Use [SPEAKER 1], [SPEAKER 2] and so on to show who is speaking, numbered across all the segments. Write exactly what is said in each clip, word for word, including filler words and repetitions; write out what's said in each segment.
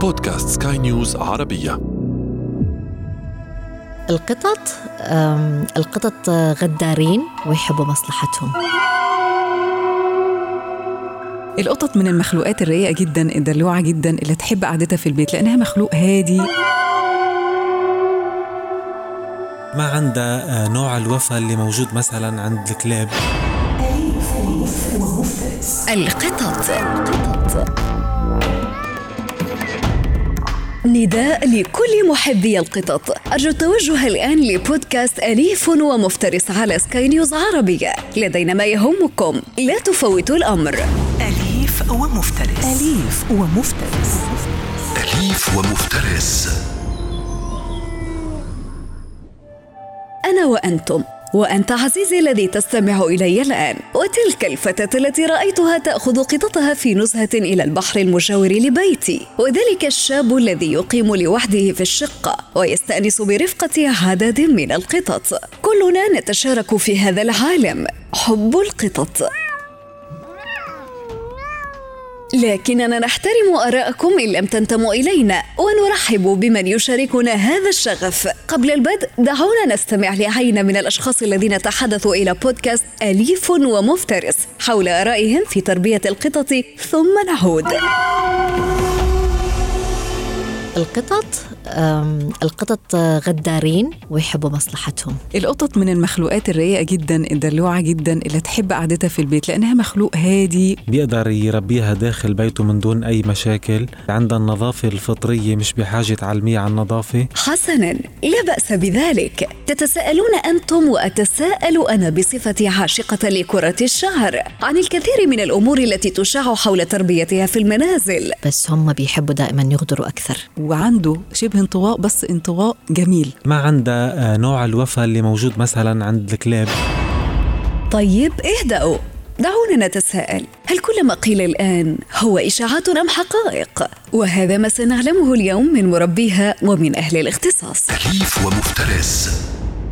[SPEAKER 1] بودكاست سكاي نيوز عربية.
[SPEAKER 2] القطط القطط غدارين ويحبوا مصلحتهم.
[SPEAKER 3] القطط من المخلوقات الرقيقة جدا، الدلوعة جدا، اللي تحب قعدتها في البيت لأنها مخلوق هادي.
[SPEAKER 4] ما عندها نوع الوفا اللي موجود مثلا عند الكلاب.
[SPEAKER 5] القطط نداء لكل محبي القطط. أرجو التوجه الآن لبودكاست أليف ومفترس على سكاي نيوز عربية. لدينا ما يهمكم، لا تفوتوا الأمر.
[SPEAKER 6] أليف ومفترس.
[SPEAKER 5] أليف ومفترس.
[SPEAKER 1] أليف ومفترس.
[SPEAKER 5] أنا وأنتم، وأنت عزيزي الذي تستمع إلي الآن، وتلك الفتاة التي رأيتها تأخذ قطتها في نزهة إلى البحر المجاور لبيتي، وذلك الشاب الذي يقيم لوحده في الشقة ويستأنس برفقة عدد من القطط. كلنا نتشارك في هذا العالم، حب القطط، لكننا نحترم آراءكم إن لم تنتموا إلينا، ونرحب بمن يشاركنا هذا الشغف. قبل البدء دعونا نستمع لعينة من الأشخاص الذين تحدثوا إلى بودكاست أليف ومفترس حول آرائهم في تربية القطط، ثم نعود.
[SPEAKER 2] القطط القطط غدارين ويحبوا مصلحتهم.
[SPEAKER 3] القطط من المخلوقات الرقيقة جدا، الدلوعة جدا، اللي تحب قعدتها في البيت لأنها مخلوق هادي،
[SPEAKER 4] بيقدر يربيها داخل بيته من دون أي مشاكل. عندها النظافة الفطرية، مش بحاجة تعلمية عن النظافة.
[SPEAKER 5] حسناً، لا بأس بذلك. تتساءلون أنتم وأتساءل أنا بصفتي عاشقة لكرة الشعر عن الكثير من الأمور التي تشاع حول تربيتها في المنازل،
[SPEAKER 2] بس هم بيحبوا دائما يغدروا أكثر.
[SPEAKER 3] وعنده شبه انطواء، بس انطواء جميل.
[SPEAKER 4] ما عندها نوع الوفا اللي موجود مثلا عند الكلاب.
[SPEAKER 5] طيب اهدأوا، دعونا نتساءل، هل كل ما قيل الآن هو إشاعات أم حقائق؟ وهذا ما سنعلمه اليوم من مربيها ومن أهل الاختصاص.
[SPEAKER 1] أليف ومفترس.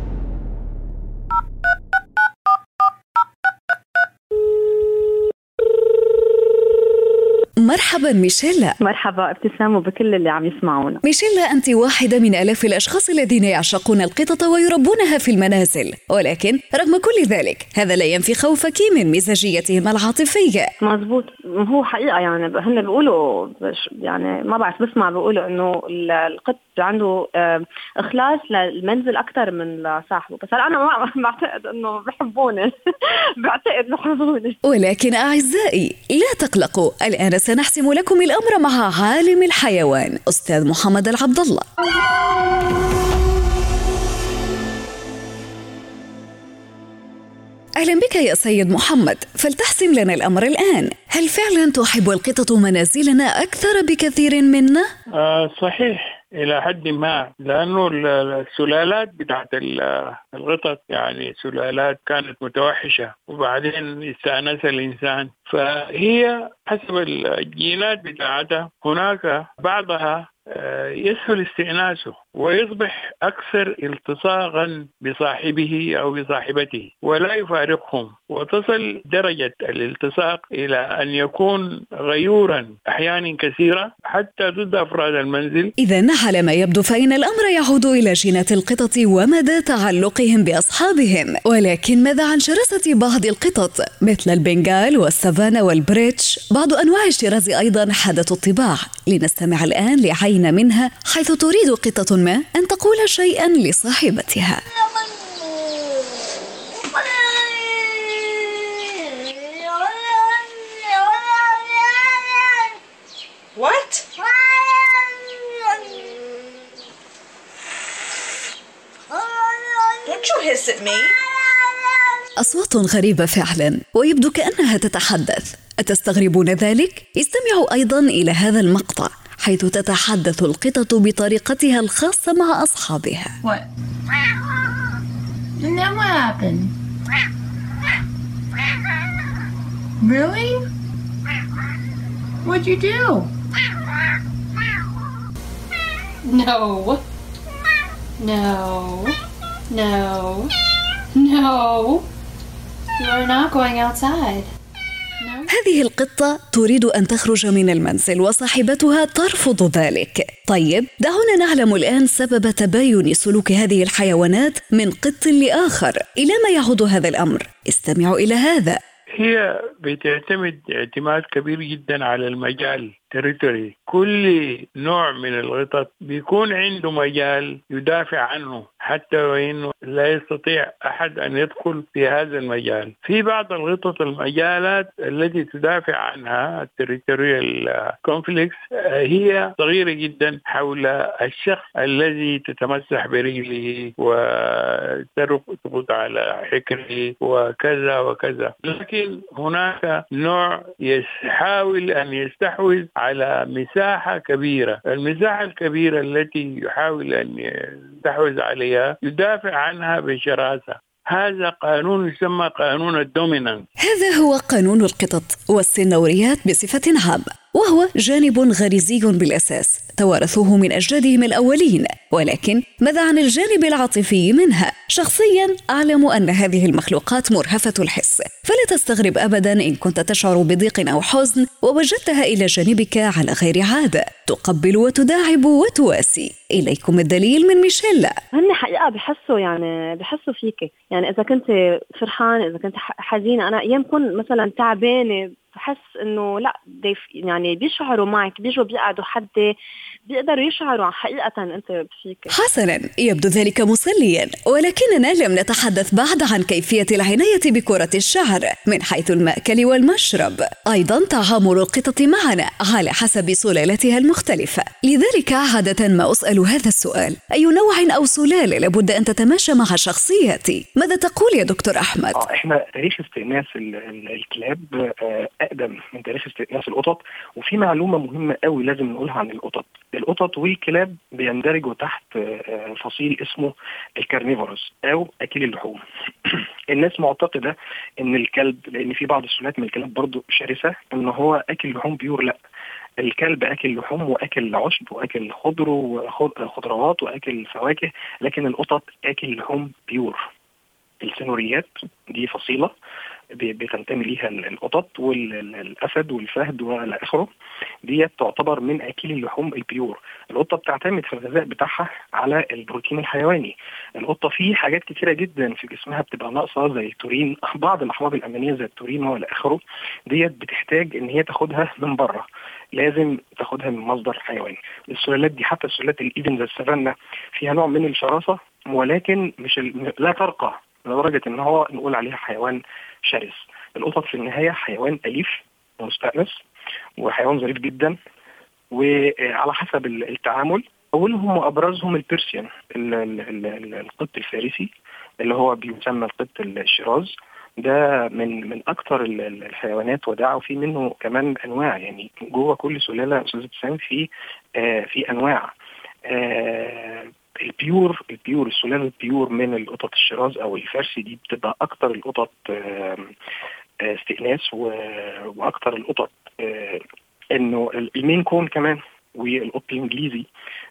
[SPEAKER 5] مرحبا ميشيلا.
[SPEAKER 7] مرحبا ابتسام وبكل اللي عم يسمعونا.
[SPEAKER 5] ميشيلا، أنت واحدة من آلاف الأشخاص الذين يعشقون القطط ويربونها في المنازل، ولكن رغم كل ذلك هذا لا ينفي خوفك من مزاجيتهم العاطفية.
[SPEAKER 7] مزبوط، هو حقيقة يعني هن بيقولوا، يعني ما بعرف بسمع بيقولوا إنه القط عنده إخلاص للمنزل أكثر من لصاحبه، بس أنا ما بعتقد إنه بحبوني. بعتقد بحبوني.
[SPEAKER 5] ولكن أعزائي لا تقلقوا، الآن سنحسم لكم الأمر مع عالم الحيوان أستاذ محمد العبد الله. أهلا بك يا سيد محمد، فلتحسم لنا الأمر الآن. هل فعلا تحب القطط منازلنا أكثر بكثير منا؟
[SPEAKER 8] آه صحيح إلى حد ما، لأنه السلالات بتاعت القطط يعني سلالات كانت متوحشة وبعدين استأنس الإنسان، فهي حسب الجينات بتاعتها هناك بعضها يسهل استئناسه ويصبح أكثر التصاقا بصاحبه أو بصاحبته ولا يفارقهم، وتصل درجة الالتصاق إلى أن يكون غيورا أحيانا كثيرة حتى ضد أفراد المنزل.
[SPEAKER 5] إذن على ما يبدو فإن الأمر يعود إلى جينات القطط ومدى تعلقهم بأصحابهم، ولكن ماذا عن شراسة بعض القطط مثل البنغال والسافانا والبريتش؟ بعض أنواع الشراز أيضا حادة الطباع. لنستمع الآن لعين منها، حيث تريد قطة ما أن تقول شيئا لصاحبتها.
[SPEAKER 9] What? Don't you hiss at me?
[SPEAKER 5] أصوات غريبة فعلا، ويبدو كأنها تتحدث. أتستغربون ذلك؟ استمعوا أيضا إلى هذا المقطع حيث تتحدث القطط بطريقتها الخاصة مع أصحابها.
[SPEAKER 10] What? And then what happened? Really? What'd you do?
[SPEAKER 11] No. No. No. No. You are not going outside. No.
[SPEAKER 5] هذه القطة تريد أن تخرج من المنزل وصاحبتها ترفض ذلك. طيب دعونا نعلم الآن سبب تباين سلوك هذه الحيوانات من قط لآخر. إلى ما يعود هذا الأمر؟ استمعوا إلى هذا.
[SPEAKER 8] هي بتعتمد اعتماد كبير جدا على المجال تريتوري. كل نوع من القطط بيكون عنده مجال يدافع عنه حتى وإنه لا يستطيع أحد أن يدخل في هذا المجال. في بعض القطط المجالات التي تدافع عنها التريتوريال كونفليكس هي صغيرة جدا حول الشخص الذي تتمسح برجله وتربط على حكره وكذا وكذا. لكن هناك نوع يحاول أن يستحوذ على مساحة كبيرة. المساحة الكبيرة التي يحاول أن يستحوذ عليها يدافع عنها بشراسة. هذا قانون يسمى قانون الدومينانت.
[SPEAKER 5] هذا هو قانون القطط والسنوريات بصفة عامة، وهو جانب غريزي بالأساس توارثوه من أجدادهم الأولين. ولكن ماذا عن الجانب العاطفي منها؟ شخصيا أعلم أن هذه المخلوقات مرهفة الحس، فلا تستغرب أبدا إن كنت تشعر بضيق أو حزن ووجدتها إلى جانبك على غير عادة، تقبل وتداعب وتواسي. إليكم الدليل من ميشيلا.
[SPEAKER 7] هن حقيقة بحسوا يعني بحسوا فيك، يعني إذا كنت فرحان إذا كنت حزينة. أنا أيام كنت مثلا تعبانة بحس إنه لا يعني بيشعروا معك، بيجوا بيقعدوا حدي بيقدروا يشعروا حقيقة أنت فيك.
[SPEAKER 5] حسنا، يبدو ذلك مسليا، ولكننا لم نتحدث بعد عن كيفية العناية بكرة الشعر من حيث المأكل والمشرب، أيضا تعامل القطط معنا على حسب سلالتها المختلفة. لذلك عادة ما أسأل هذا السؤال: أي نوع أو سلالة لابد أن تتماشى مع شخصيتي؟ ماذا تقول يا دكتور أحمد؟
[SPEAKER 12] آه إحنا تاريخ استئناس الكلاب أقدم من تاريخ استئناس القطط، وفي معلومة مهمة قوي لازم نقولها عن القطط. القطط والكلاب بيندرجوا تحت فصيل اسمه الكارنيفورس أو أكل اللحوم. الناس معتقدة إن الكلب، لأن في بعض السلالات من الكلاب برضو شرسة، إن هو أكل لحوم بيور. لا، الكلب أكل لحوم وأكل عشب وأكل خضر وخضروات وأكل فواكه، لكن القطط أكل لحوم بيور. السنوريات دي فصيلة بتنتمي ليها القطط والأسد والفهد والى آخره، دي تعتبر من أكل اللحوم البيور. القطة بتعتمد في الغذاء بتاعها على البروتين الحيواني. القطة فيه حاجات كتيرة جدا في جسمها بتبقى ناقصة زي التورين، بعض الأحماض الأمينية زي التورين والى آخره، ديت بتحتاج إن هي تاخدها من بره، لازم تاخدها من مصدر حيواني. السلالات دي حتى السلالات الإيدن زي السافانا فيها نوع من الشراسة، ولكن مش ال... لا ترقى لدرجة إن هو نقول عليها حيوان شرس. القطط في النهاية حيوان أليف ومستأنس وحيوان ظريف جدا، وعلى حسب التعامل. أولهم وأبرزهم البيرسيان، القط الفارسي اللي هو بيسمى القط الشيراز. ده من من أكثر الحيوانات وداعة، وفي منه كمان أنواع، يعني جوه كل سلالة أستاذ ابتسام في آه في أنواع. آه البيور البيور السلالة البيور من القطط الشيراز أو الفارسي دي بتبقى أكتر القطط استئناس، وأكتر القطط إنه المين كون كمان، والقط الإنجليزي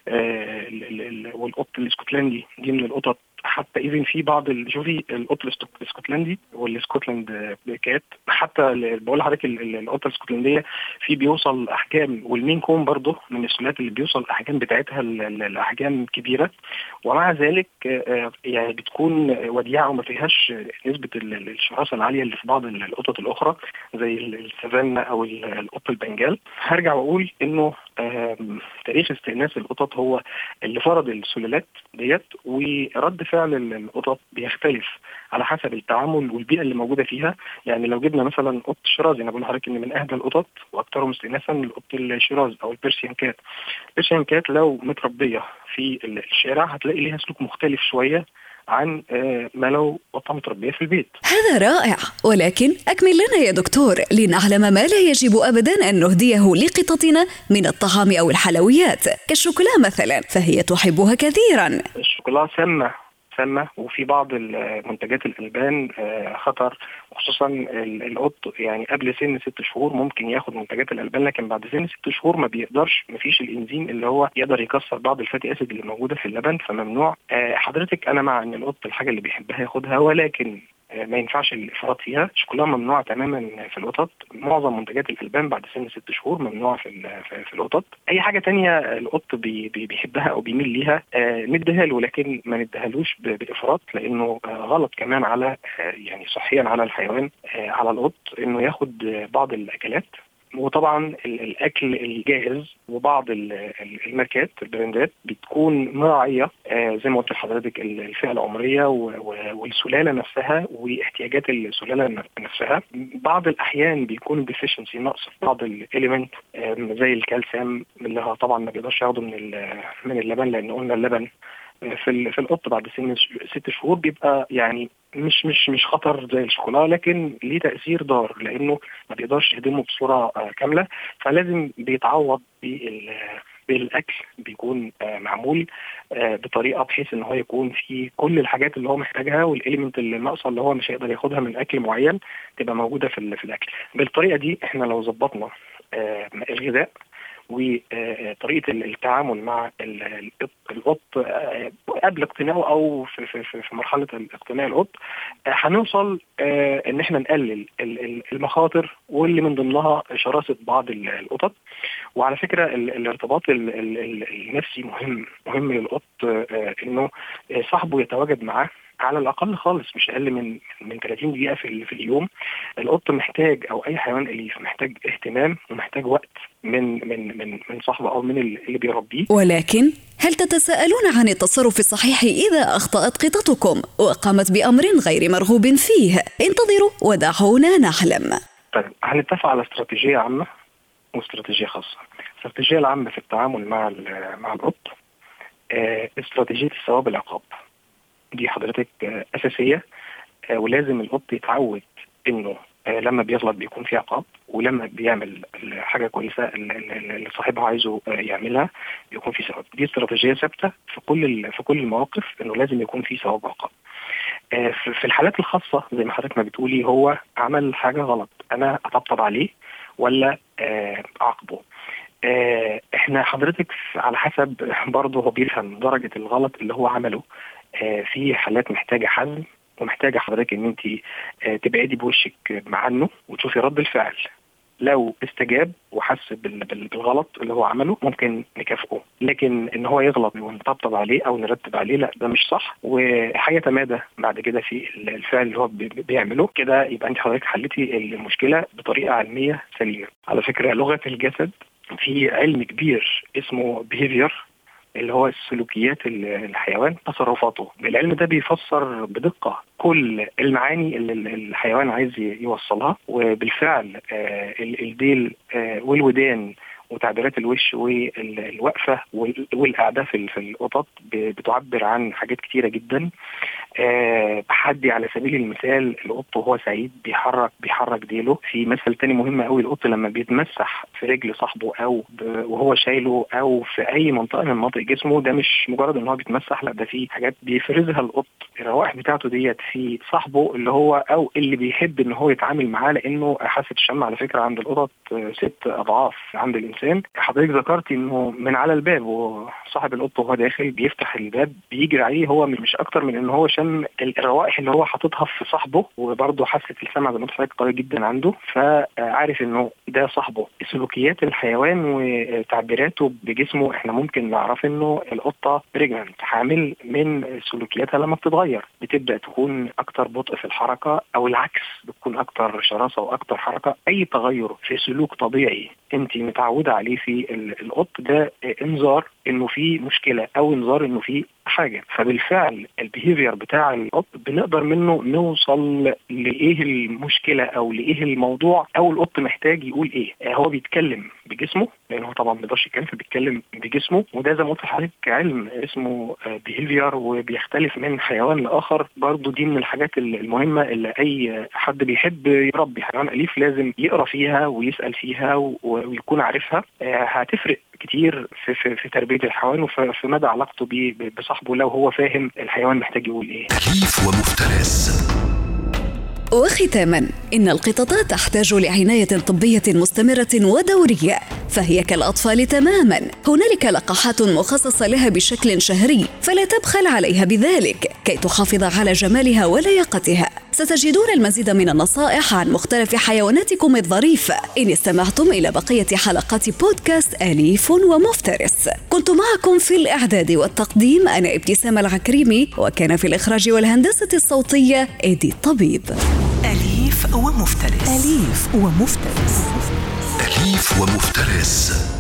[SPEAKER 12] والقط الاسكتلندي دي من القطط. حتى إذن في بعض شوفي القط الاسكتلندي والسكوتلاند كات، حتى بقول لحضرتك القطة الاسكتلندية في بيوصل أحجام، والمين كون برضه من السلالات اللي بيوصل الأحجام بتاعتها الأحجام كبيرة، ومع ذلك يعني بتكون وديعة وما فيهاش نسبة الشراسة العالية اللي في بعض القطط الأخرى زي السافانا أو القط البنجال. هرجع وأقول إنه تاريخ استئناس القطط هو اللي فرض السلالات ديت، ورد فعل القطط بيختلف على حسب التعامل والبيئة اللي موجودة فيها. يعني لو جبنا مثلا قط الشيرازي، أنا بقول لحضرتك إن من أهدى القطط وأكثرهم استئناسا القط الشيراز أو البيرسيان كات. البيرسيان كات لو متربية في الشارع هتلاقي ليها سلوك مختلف شوية عن ما لو قطة متربية في البيت.
[SPEAKER 5] هذا رائع، ولكن أكمل لنا يا دكتور لنعلم ما لا يجب أبدا أن نهديه لقطتنا من الطعام أو الحلويات كالشوكولا مثلا، فهي تحبها كثيرا.
[SPEAKER 12] الشوكولا سامة سامة وفي بعض المنتجات الألبان خطر، وخصوصا القط يعني قبل سن ست شهور ممكن ياخد منتجات الألبان، لكن بعد سن ست شهور ما بيقدرش، ما فيش الإنزيم اللي هو يقدر يكسر بعض الفاتي أسيد اللي موجودة في اللبن، فممنوع. حضرتك أنا مع أن القط الحاجة اللي بيحبها ياخدها، ولكن ما ينفعش الافراط فيها. مش كلها ممنوعه تماما في القطط، معظم منتجات الالبان بعد سن ست شهور ممنوعه في في القطط. اي حاجه تانية القط بي بيحبها او بيميل ليها آه نديها له، لكن ما نديهالوش بافراط، لانه آه غلط كمان على آه يعني صحيا على الحيوان، آه على القط انه ياخد آه بعض الاكلات. وطبعا الاكل الجاهز وبعض الماركات البراندات بتكون مراعيه آه زي ما قلت لحضرتك الفئه العمريه والسلاله نفسها واحتياجات السلاله نفسها. بعض الاحيان بيكون ديفيشنسي، نقص في بعض الاليمنت آه زي الكالسيوم اللي هو طبعا ما بيقدرش ياخده من من اللبن، لان قلنا اللبن في في القط بعد سن ست شهور بيبقى يعني مش مش مش خطر زي الشوكولاته، لكن ليه تاثير ضار لانه ما بيقدرش يهضمه بصوره كامله، فلازم بيتعوض بالاكل بيكون معمول بطريقه بحيث ان هو يكون فيه كل الحاجات اللي هو محتاجها، والاليمنت اللي ناقصه اللي هو مش هيقدر ياخدها من اكل معين تبقى موجوده في في الاكل. بالطريقه دي احنا لو ظبطنا الغذاء وطريقه التعامل مع القط قبل اقتناعه او في في في مرحله اقتناع القط، هنوصل ان احنا نقلل المخاطر واللي من ضمنها شراسه بعض القطط. وعلى فكره الارتباط النفسي مهم مهم للقط، انه صاحبه يتواجد معاه على الاقل خالص مش اقل من من ثلاثين دقيقه في في اليوم. القط محتاج او اي حيوان اليف محتاج اهتمام ومحتاج وقت من من من من صاحبه او من اللي بيربيه.
[SPEAKER 5] ولكن هل تتساءلون عن التصرف الصحيح اذا اخطات قطتكم وقامت بامر غير مرغوب فيه؟ انتظروا ودعونا نحلم.
[SPEAKER 12] طيب هنتفق على استراتيجيه عامه واستراتيجيه خاصه. الاستراتيجيه العامه في التعامل مع مع القط اه استراتيجيه الثواب العقاب، دي حضرتك أساسية، ولازم القط يتعود إنه لما بيغلط بيكون في عقاب، ولما بيعمل حاجة كويسة اللي صاحبها عايزه يعملها بيكون في ثواب. دي استراتيجية ثابتة في كل في كل المواقف، إنه لازم يكون في ثواب وعقاب. في الحالات الخاصة زي ما حضرتك ما بتقولي، هو عمل حاجة غلط، أنا أطبطب عليه ولا أعاقبه؟ احنا حضرتك على حسب برضه هو بيفهم درجة الغلط اللي هو عمله. في حالات محتاجة حزم ومحتاجة حضرتك ان انت تبعدي بوشك عنه وتشوفي رد الفعل. لو استجاب وحس بالغلط اللي هو عمله ممكن نكافئه، لكن ان هو يغلط ونطبطب عليه او نرتب عليه لا، ده مش صح، وهيتمادى بعد كده في الفعل اللي هو بيعمله كده. يبقى انت حضرتك حلتي المشكلة بطريقة علمية سليمة. على فكرة لغة الجسد في علم كبير اسمه behavior اللي هو السلوكيات الحيوان، تصرفاته. العلم ده بيفسر بدقة كل المعاني اللي الحيوان عايز يوصلها، وبالفعل الديل والودان وتعبيرات الوش والوقفة والقعدة في القطط بتعبر عن حاجات كتيرة جدا. بحدي على سبيل المثال القط وهو سعيد بيحرك بيحرك ديله. في مثل تاني مهم قوي، القط لما بيتمسح في رجل صاحبه او وهو شايله او في اي منطقة من مناطق جسمه، ده مش مجرد ان هو بيتمسح، لا ده في حاجات بيفرزها القط، الروائح بتاعته ديت في صاحبه اللي هو او اللي بيحب ان هو يتعامل معاه، لانه حاسة الشم على فكرة عند القطط ست اضعاف عند الانسان. حضرتك ذكرتي انه من على الباب وصاحب القط وهو داخل بيفتح الباب بيجري عليه، هو مش اكتر من ان هو شم الروائح اللي هو حاططها في صاحبه، وبرضه حاسة السمع زي ما حضرتك قوية جدا عنده، فعارف انه ده صاحبه. سلوكيات الحيوان وتعبيراته بجسمه احنا ممكن نعرف انه القطة بريجننت، حامل، من سلوكياتها لما بتتغير بتبدأ تكون اكتر بطء في الحركة او العكس بتكون اكتر شراسة واكتر حركة. اي تغير في سلوك طبيعي انت متعودة عليه في القط ده انذار انه في مشكلة او انذار انه في حاجة. فبالفعل البيهيفير بتاع القط بنقدر منه نوصل لإيه المشكلة أو لإيه الموضوع أو القط محتاج يقول إيه. هو بيتكلم بجسمه لأنه هو طبعا ما بيقدرش يتكلم، فبيتكلم بجسمه، وده زي ما قلت لحضرتك علم اسمه بيهيفير وبيختلف من حيوان لآخر. برضو دي من الحاجات المهمة اللي أي حد بيحب يربي حيوان أليف لازم يقرأ فيها ويسأل فيها ويكون عارفها. هتفرق كتير في, في, في تربية الحيوان وفي مدى علاقته بصاحبه لو هو فاهم الحيوان محتاج يقول ايه.
[SPEAKER 1] أليف ومفترس.
[SPEAKER 5] وختاما، إن القطط تحتاج لعناية طبية مستمرة ودورية، فهي كالأطفال تماما. هنالك لقاحات مخصصة لها بشكل شهري، فلا تبخل عليها بذلك كي تحافظ على جمالها ولياقتها. ستجدون المزيد من النصائح عن مختلف حيواناتكم الظريفة إن استمعتم إلى بقية حلقات بودكاست أليف ومفترس. كنت معكم في الإعداد والتقديم أنا ابتسام العكريمي، وكان في الإخراج والهندسة الصوتية إيدي الطبيب.
[SPEAKER 6] أليف ومفترس.
[SPEAKER 5] أليف ومفترس.
[SPEAKER 1] أليف ومفترس.